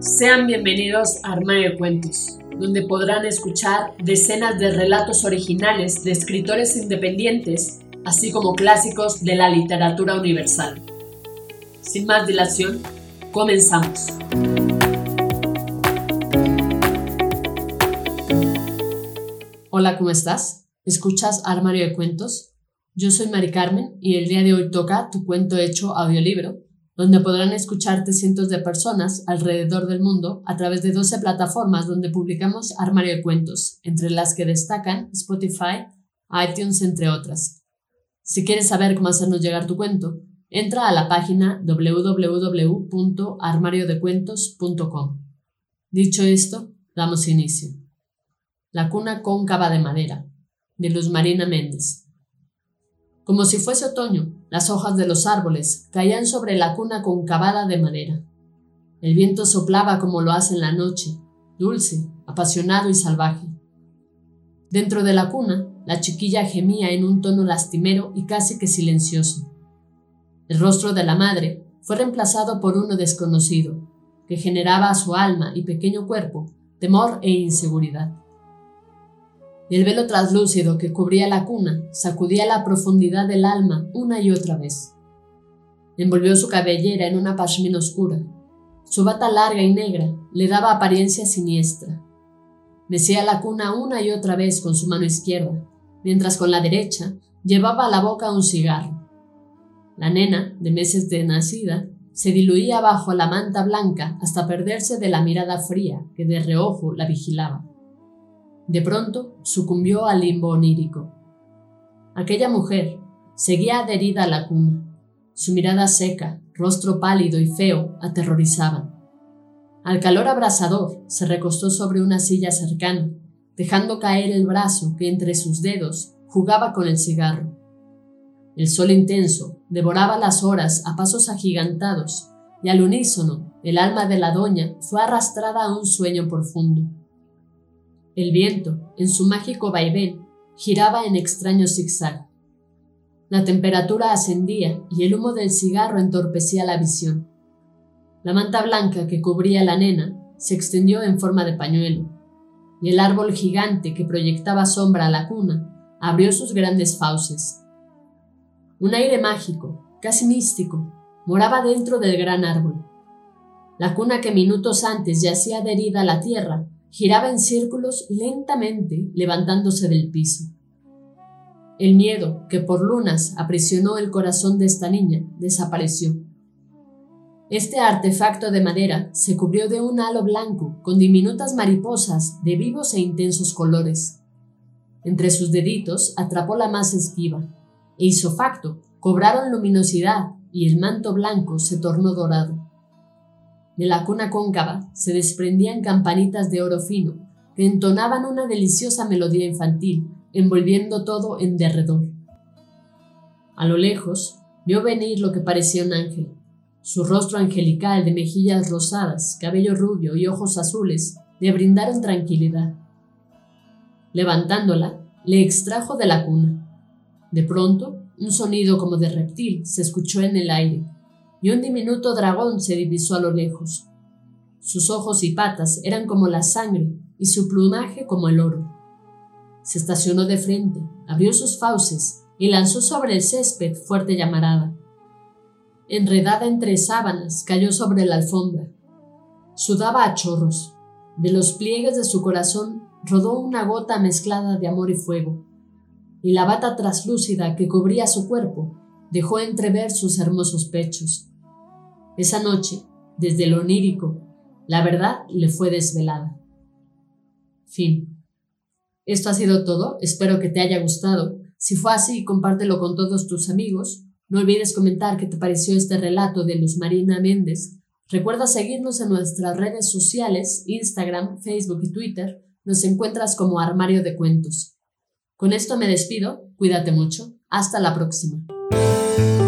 Sean bienvenidos a Armario de Cuentos, donde podrán escuchar decenas de relatos originales de escritores independientes, así como clásicos de la literatura universal. Sin más dilación, comenzamos. Hola, ¿cómo estás? ¿Escuchas Armario de Cuentos? Yo soy Mari Carmen y el día de hoy toca Tu cuento hecho audiolibro, donde podrán escucharte cientos de personas alrededor del mundo a través de 12 plataformas donde publicamos Armario de Cuentos, entre las que destacan Spotify, iTunes, entre otras. Si quieres saber cómo hacernos llegar tu cuento, entra a la página www.armariodecuentos.com. Dicho esto, damos inicio. La cuna cóncava de madera, de Luz Marina Méndez. Como si fuese otoño, las hojas de los árboles caían sobre la cuna concavada de madera. El viento soplaba como lo hace en la noche, dulce, apasionado y salvaje. Dentro de la cuna, la chiquilla gemía en un tono lastimero y casi que silencioso. El rostro de la madre fue reemplazado por uno desconocido, que generaba a su alma y pequeño cuerpo temor e inseguridad. El velo traslúcido que cubría la cuna sacudía la profundidad del alma una y otra vez. Envolvió su cabellera en una pashmina oscura. Su bata larga y negra le daba apariencia siniestra. Mecía la cuna una y otra vez con su mano izquierda, mientras con la derecha llevaba a la boca un cigarro. La nena, de meses de nacida, se diluía bajo la manta blanca hasta perderse de la mirada fría que de reojo la vigilaba. De pronto sucumbió al limbo onírico. Aquella mujer seguía adherida a la cuna. Su mirada seca, rostro pálido y feo aterrorizaban. Al calor abrasador se recostó sobre una silla cercana, dejando caer el brazo que entre sus dedos jugaba con el cigarro. El sol intenso devoraba las horas a pasos agigantados y al unísono el alma de la doña fue arrastrada a un sueño profundo. El viento, en su mágico vaivén, giraba en extraño zigzag. La temperatura ascendía y el humo del cigarro entorpecía la visión. La manta blanca que cubría a la nena se extendió en forma de pañuelo, y el árbol gigante que proyectaba sombra a la cuna abrió sus grandes fauces. Un aire mágico, casi místico, moraba dentro del gran árbol. La cuna que minutos antes yacía adherida a la tierra giraba en círculos lentamente levantándose del piso. El miedo que por lunas aprisionó el corazón de esta niña desapareció. Este artefacto de madera se cubrió de un halo blanco con diminutas mariposas de vivos e intensos colores. Entre sus deditos atrapó la más esquiva, e isofacto cobraron luminosidad y el manto blanco se tornó dorado. De la cuna cóncava se desprendían campanitas de oro fino que entonaban una deliciosa melodía infantil, envolviendo todo en derredor. A lo lejos vio venir lo que parecía un ángel. Su rostro angelical de mejillas rosadas, cabello rubio y ojos azules le brindaron tranquilidad. Levantándola, le extrajo de la cuna. De pronto, un sonido como de reptil se escuchó en el aire, y un diminuto dragón se divisó a lo lejos. Sus ojos y patas eran como la sangre y su plumaje como el oro. Se estacionó de frente, abrió sus fauces y lanzó sobre el césped fuerte llamarada. Enredada entre sábanas, cayó sobre la alfombra. Sudaba a chorros. De los pliegues de su corazón rodó una gota mezclada de amor y fuego, y la bata traslúcida que cubría su cuerpo dejó entrever sus hermosos pechos. Esa noche, desde lo onírico, la verdad le fue desvelada. Fin. Esto ha sido todo, espero que te haya gustado. Si fue así, compártelo con todos tus amigos. No olvides comentar qué te pareció este relato de Luz Marina Méndez. Recuerda seguirnos en nuestras redes sociales, Instagram, Facebook y Twitter. Nos encuentras como Armario de Cuentos. Con esto me despido, cuídate mucho, hasta la próxima.